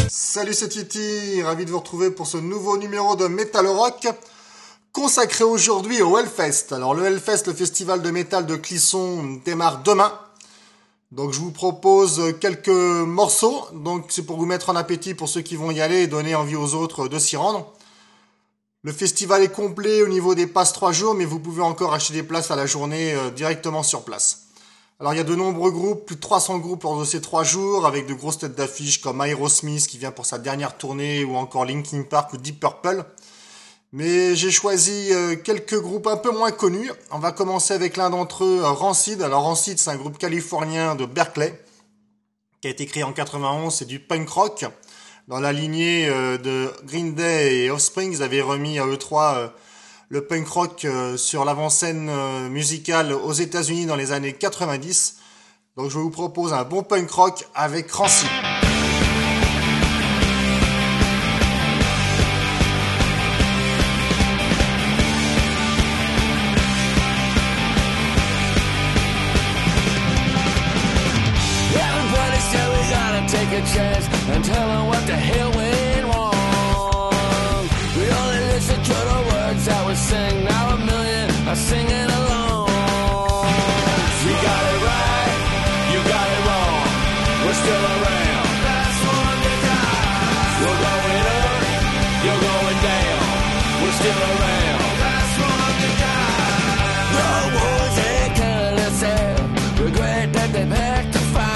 Salut, c'est Titi, ravi de vous retrouver pour ce nouveau numéro de Metal Rock consacré aujourd'hui au Hellfest. Alors le Hellfest, le festival de métal de Clisson, démarre demain. Donc je vous propose quelques morceaux, donc c'est pour vous mettre en appétit pour ceux qui vont y aller et donner envie aux autres de s'y rendre. Le festival est complet au niveau des passes 3 jours, mais vous pouvez encore acheter des places à la journée directement sur place. Alors il y a de nombreux groupes, plus de 300 groupes lors de ces 3 jours, avec de grosses têtes d'affiche comme Aerosmith qui vient pour sa dernière tournée, ou encore Linkin Park ou Deep Purple. Mais j'ai choisi quelques groupes un peu moins connus. On va commencer avec l'un d'entre eux, Rancid. Alors Rancid, c'est un groupe californien de Berkeley, qui a été créé en 91, c'est du punk rock. Dans la lignée de Green Day et Offspring, ils avaient remis à eux trois le punk rock sur l'avant-scène musicale aux États-Unis dans les années 90. Donc je vous propose un bon punk rock avec Rancid. Take a chance and tell her what the hell went wrong. We only listen to the words that we sing. Now a million are singing along. We got it right, you got it wrong. We're still around. Last one to die. We're going up, you're going down. We're still around. Last one to die. The ones that careless have regret that they packed to find.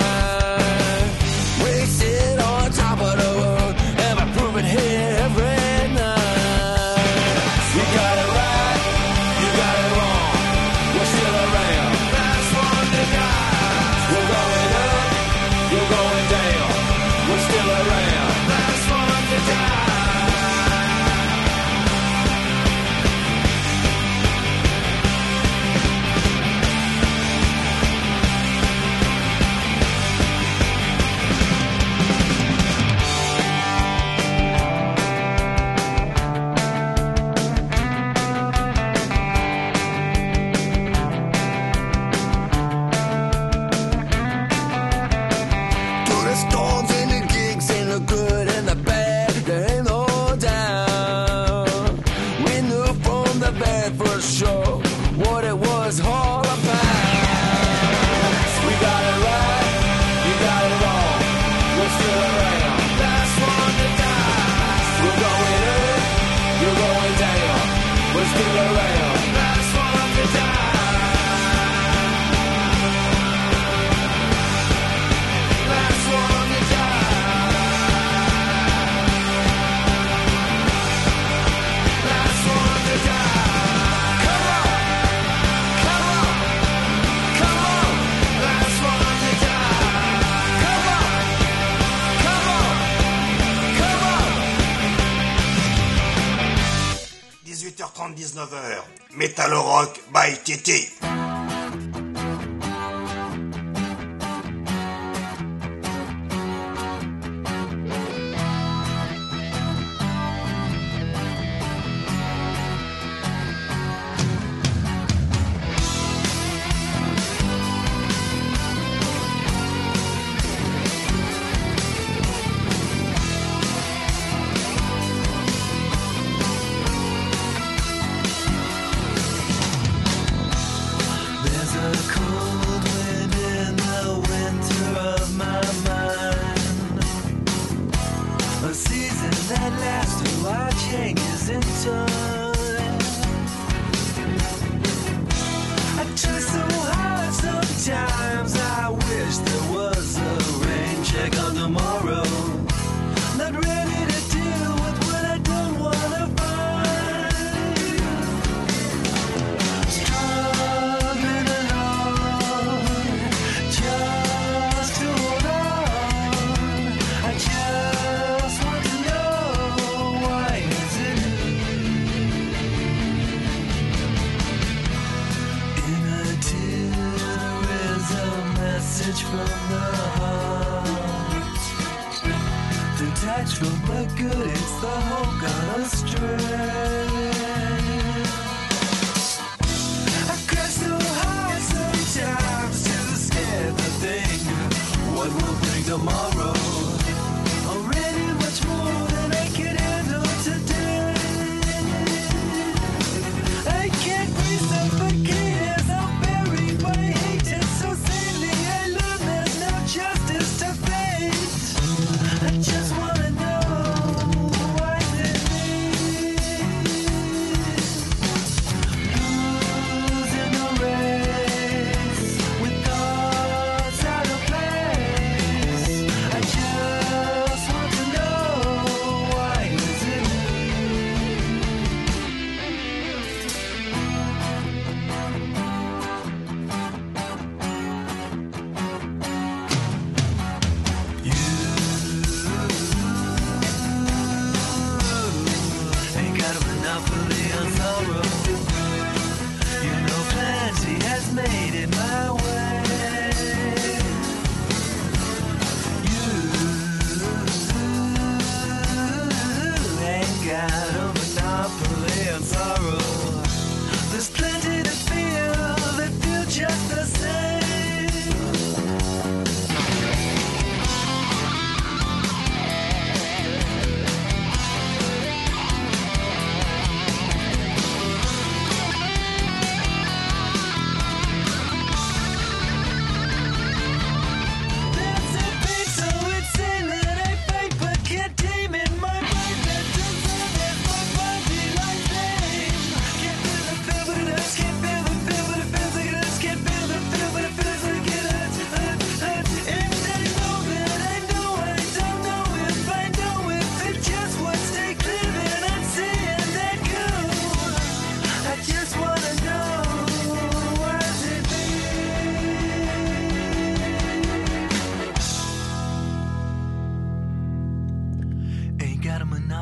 Metal Rock by Titi. Tomorrow, already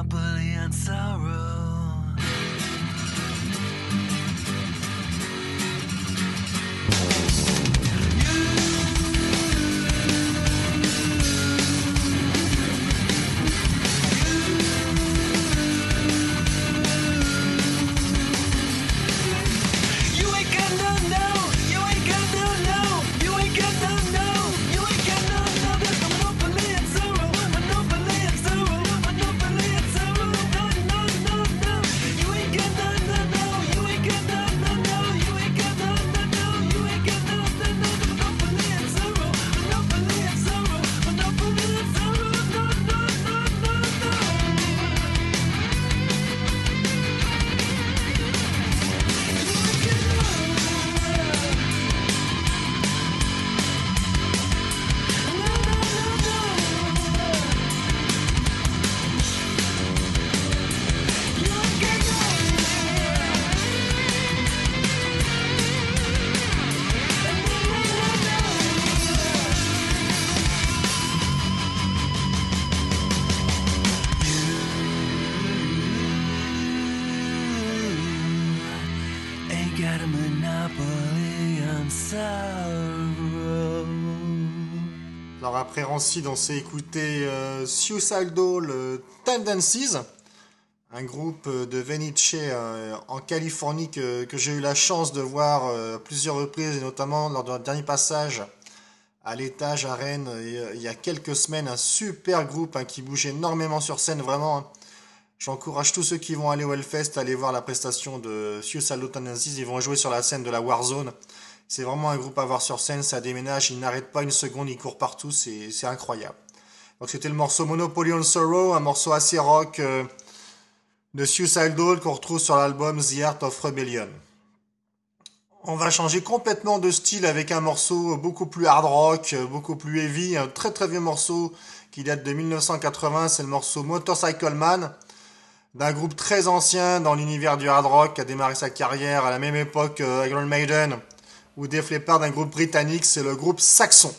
monopoly on sorrow. Got a monopoly on sorrow. Alors après Rancid, on s'est écouté Suicidal Tendencies, un groupe de Venice en Californie que j'ai eu la chance de voir à plusieurs reprises, et notamment lors de notre dernier passage à l'étage à Rennes il y a quelques semaines. Un super groupe qui bouge énormément sur scène, vraiment. J'encourage tous ceux qui vont aller au Hellfest à aller voir la prestation de Suicidal Tendencies. Ils vont jouer sur la scène de la Warzone. C'est vraiment un groupe à voir sur scène, ça déménage, ils n'arrêtent pas une seconde, ils courent partout, c'est incroyable. Donc c'était le morceau Monopoly on Sorrow, un morceau assez rock de Suicidal qu'on retrouve sur l'album The Art of Rebellion. On va changer complètement de style avec un morceau beaucoup plus hard rock, beaucoup plus heavy, un très très vieux morceau qui date de 1980, c'est le morceau Motorcycle Man, d'un groupe très ancien dans l'univers du hard rock, qui a démarré sa carrière à la même époque Iron Maiden ou Def Leppard, d'un groupe britannique, c'est le groupe Saxon.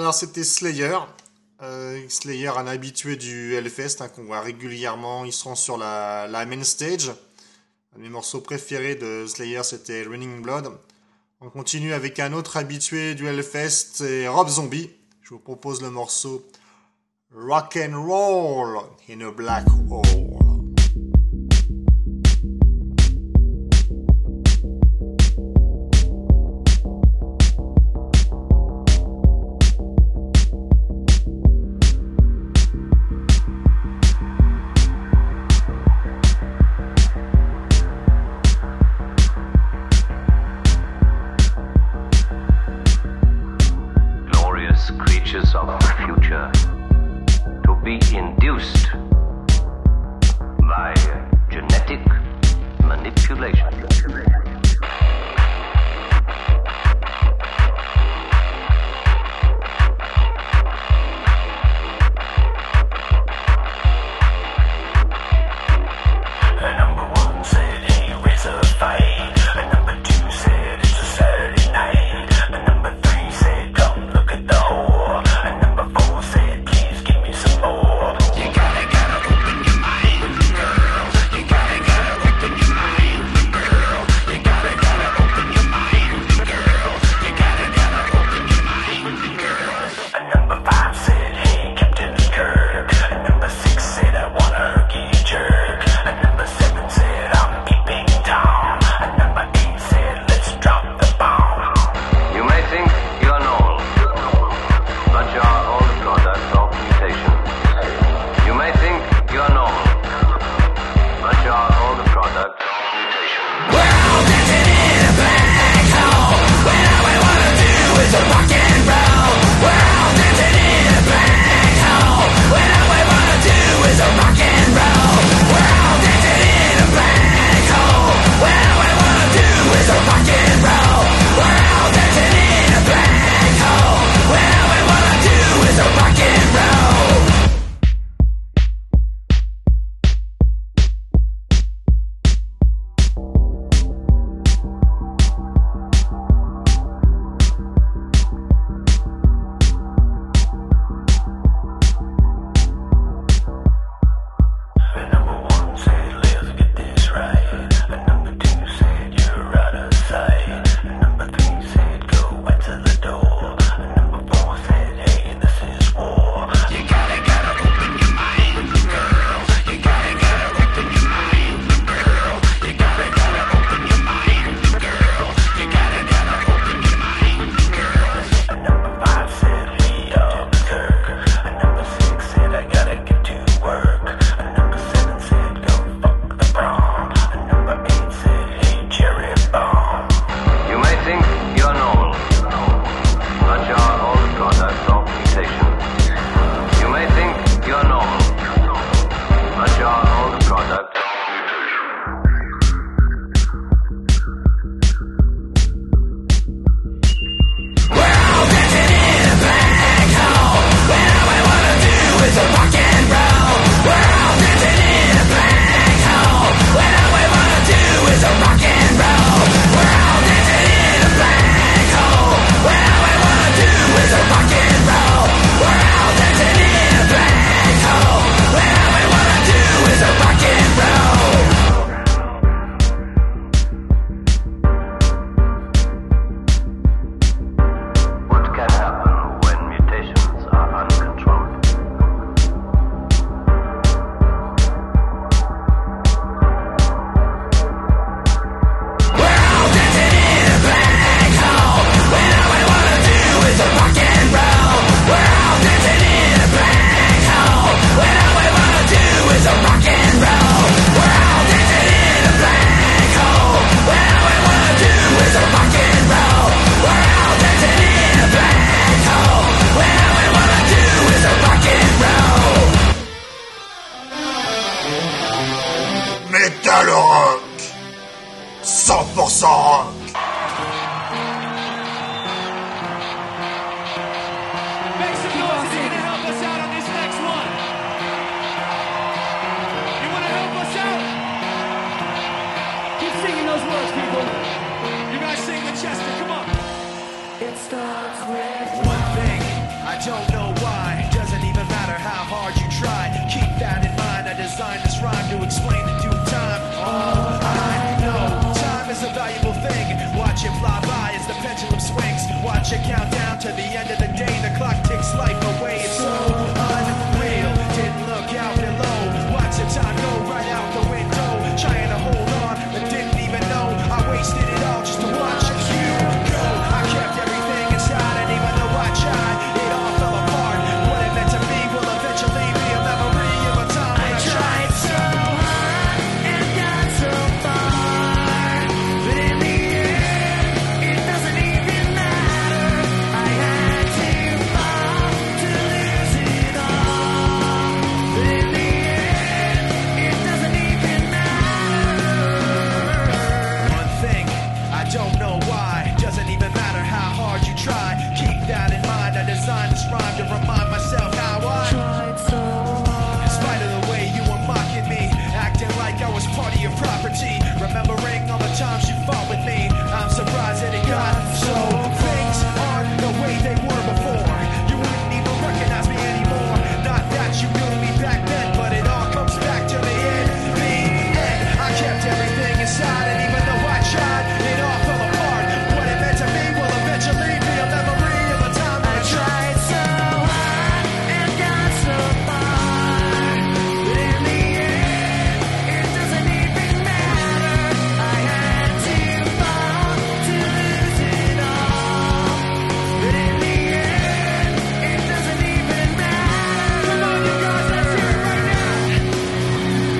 alors c'était Slayer. Slayer, un habitué du Hellfest, hein, qu'on voit régulièrement. Ils seront sur la main stage. Un de mes morceaux préférés de Slayer, c'était Raining Blood. On continue avec un autre habitué du Hellfest, c'est Rob Zombie. Je vous propose le morceau Rock and Roll in a Black Hole. Creatures of the future, to be induced by genetic manipulation. Number one said he reserved. Number two said it's a Saturday night. Number three said come look at the whore. Number four said please give me some more. You gotta open your mind, girl. You gotta open your mind, girl. You gotta open your mind, girl. You gotta open your mind, girl. Number five said hey Captain Kirk. Number six said I want a herky jerk. Number seven said I'm keeping down. Number eight said let's drop the bomb. You may think you're normal, but you're all the product of mutation. You may think you're normal, but you're all the product of mutation. We're all dancing in a black hole, when all we wanna do is a rock and roll. We're all dancing in a black hole, when all we wanna do is a rock and roll. We're all dancing in a black hole, when all we wanna do is a rock and roll. We're all dancing in a black hole, when all we wanna do is a rock and roll. Number one said, let's get this right. Number two said, you're out of sight. Number three said, go answer the door. Number four said, hey, this is war. You gotta open your mind, girl. You gotta open your mind, girl. You gotta open your mind, girl. You gotta open your mind, girl. Number five said, hey, Kirk. Number six said, I gotta get to work. Number seven said, go fuck the prom. Number eight said, hey, cherry bomb. You may think you're normal, but you're all the product of mutation. You may think you're normal, but you're all the product of mutation. We're all dancing in a black hole, when all we wanna do is a rock and roll. We're all dancing in a black hole, when all we wanna do is a rock and roll. We're all dancing in a black hole, when all we wanna do is a rock and roll. We're all dancing in a black hole, when all we wanna do is a rock and roll. What can happen when mutations are uncontrolled? We're all dancing in a black hole, when all we wanna do is a rock and roll. We're all dancing in a black hole, when all we wanna do is a rock and roll. We're all dancing in a black hole, when all we wanna do is a rock and roll. We're all dancing in a black hole, when all we wanna do is a rock and roll. Metal Rock 100% rock. Make some noise if you're gonna help us out on this next one. You wanna help us out? Keep singing those words, people. You guys sing with Chester, come on. It starts with One thing I don't know why, doesn't even matter how hard you try. Keep that in mind, I designed this rhyme to explain in due time. All I know, time is a valuable thing. Watch it fly by as the pendulum swings. Watch it count down to the end of the day. The clock takes life away, it's so unreal. Didn't look out below, watch the time go right out the window. Trying to hold on, but didn't even know I wasted it all just to watch you go. I kept everything inside, and even though I tried, it all fell apart. What it meant to me will eventually be a memory of a time when I tried so hard and got so far, but in the end, it doesn't even matter. I had to fall to lose it all, but in the end, it doesn't even matter. One thing, I don't know why, doesn't even matter how hard you try. Keep that in mind, I designed this rhyme to remind myself how I tried so hard. In spite of the way you were mocking me, acting like I was part of your property, remembering all the times you fought with me, I'm surprised that it got so. Things aren't the way they were before. You wouldn't even recognize me anymore. Not that you knew me back then, but it all comes back to the end. The end. I kept everything inside, and even though I tried, it all fell apart. What it meant to me will eventually be a memory of a time when I tried so hard and got so far, but in the end, it doesn't even matter. I had to fall to lose it all, but in the end, it doesn't even matter. Come on, you guys, let's hear it right now.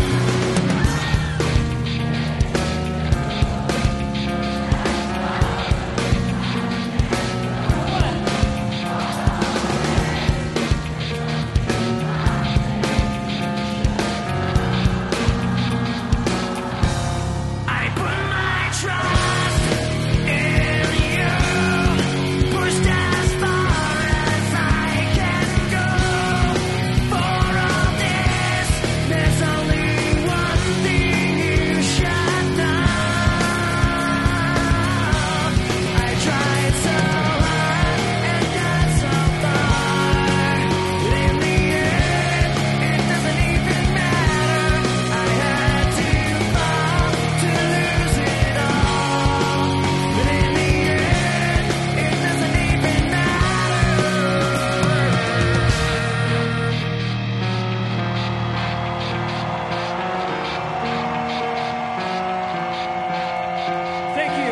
I put my trust in you, pushed as far as I can go. For all this, there's only one thing you should know. I tried so hard and got so far, but in the end, it doesn't even matter. I had to fall to lose it all, but in the end, it doesn't even matter. Thank you.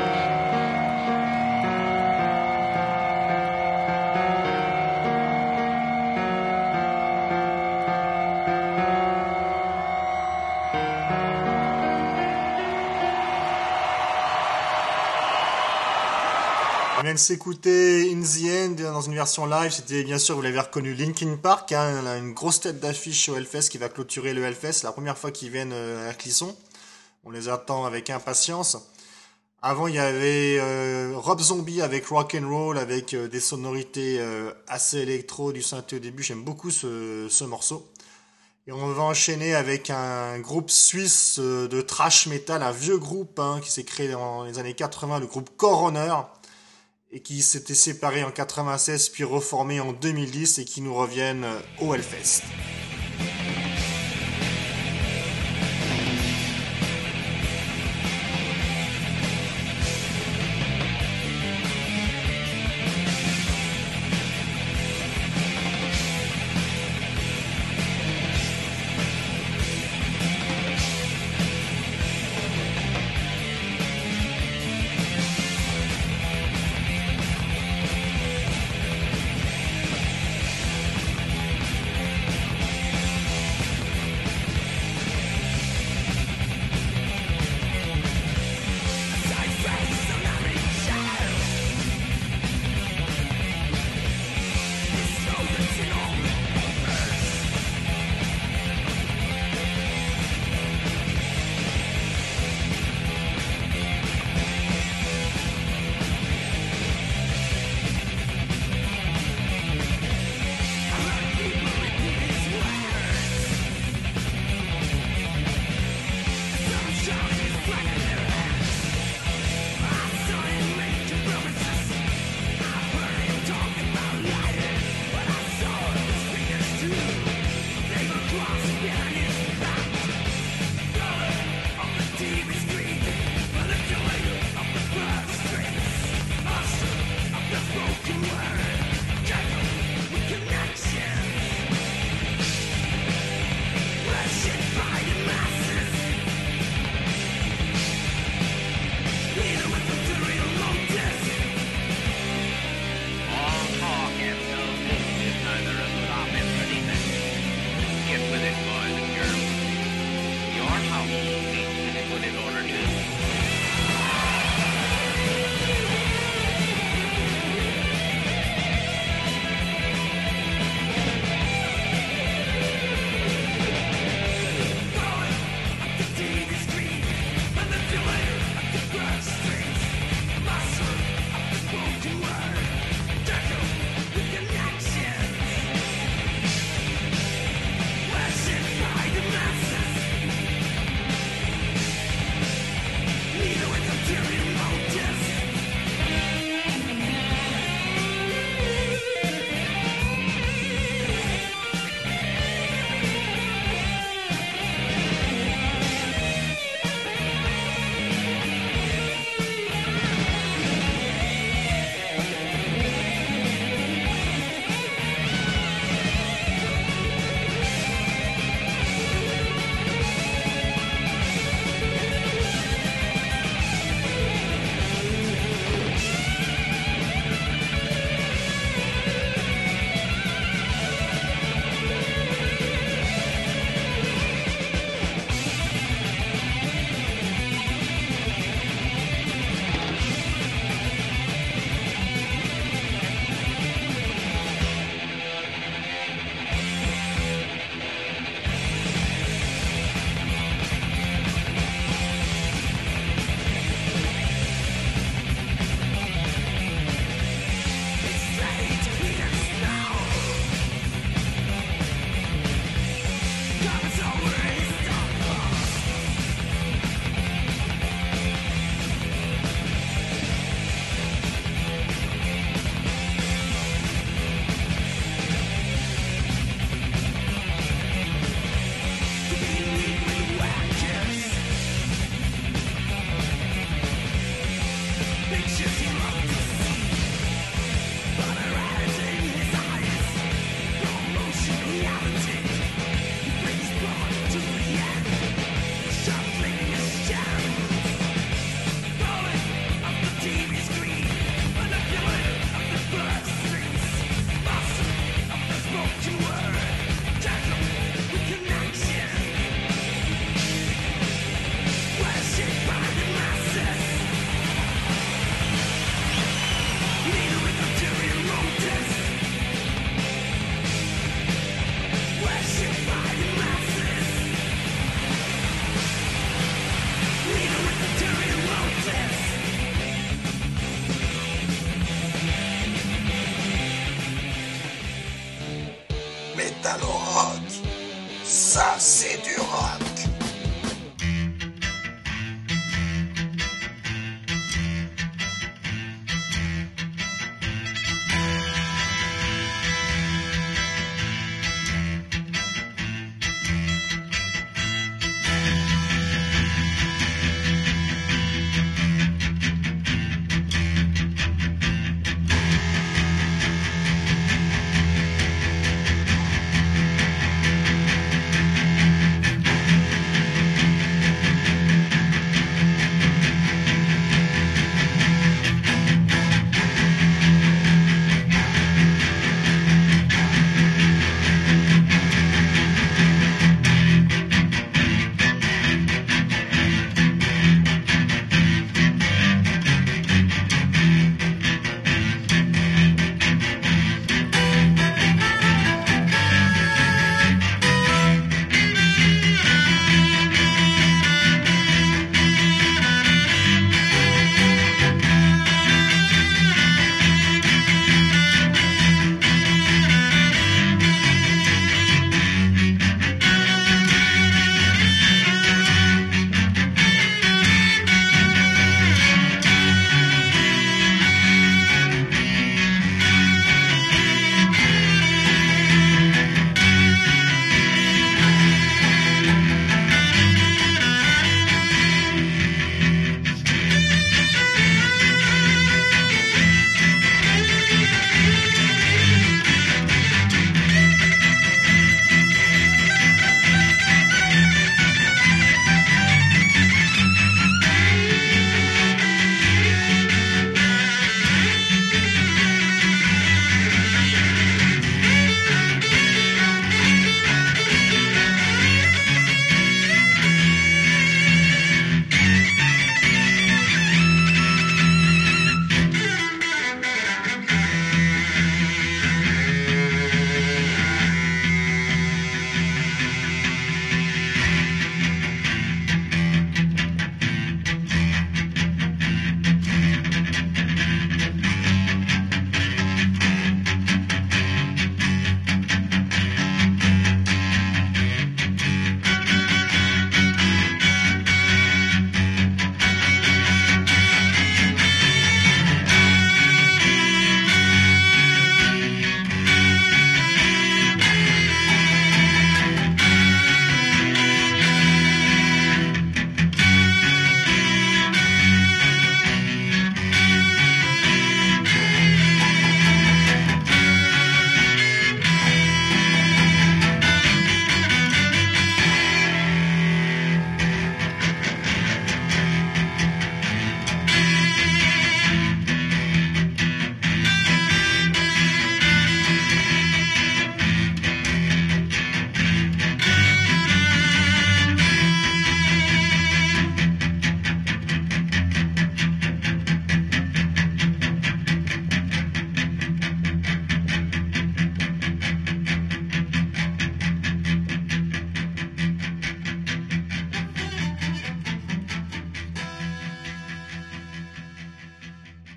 On vient de s'écouter In the End dans une version live. C'était bien sûr, vous l'avez reconnu, Linkin Park, hein, une grosse tête d'affiche au Hellfest qui va clôturer le Hellfest. C'est la première fois qu'ils viennent à Clisson. On les attend avec impatience. Avant, il y avait Rob Zombie avec Rock and Roll, avec des sonorités assez électro, du synthé au début. J'aime beaucoup ce morceau. Et on va enchaîner avec un groupe suisse de thrash metal, un vieux groupe hein, qui s'est créé dans les années 80, le groupe Coroner, et qui s'était séparé en 96 puis reformé en 2010 et qui nous reviennent au Hellfest.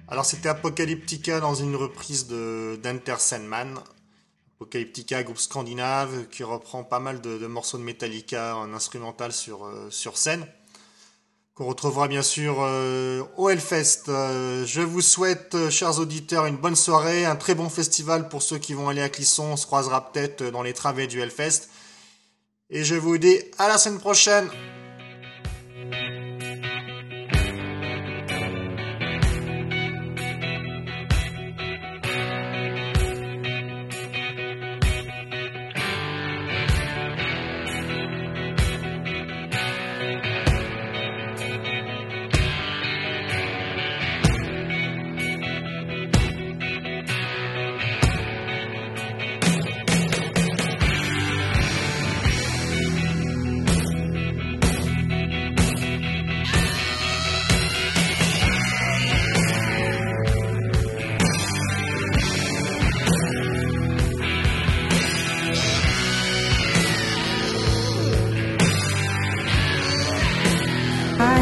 Alors c'était Apocalyptica dans une reprise d'Enter Sandman. Apocalyptica, groupe scandinave qui reprend pas mal de morceaux de Metallica en instrumental sur scène, qu'on retrouvera bien sûr au Hellfest. Je vous souhaite, chers auditeurs, une bonne soirée, un très bon festival pour ceux qui vont aller à Clisson. On se croisera peut-être dans les travées du Hellfest. Et je vous dis à la semaine prochaine.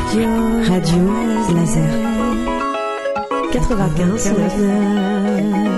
Radio Laser 95 9.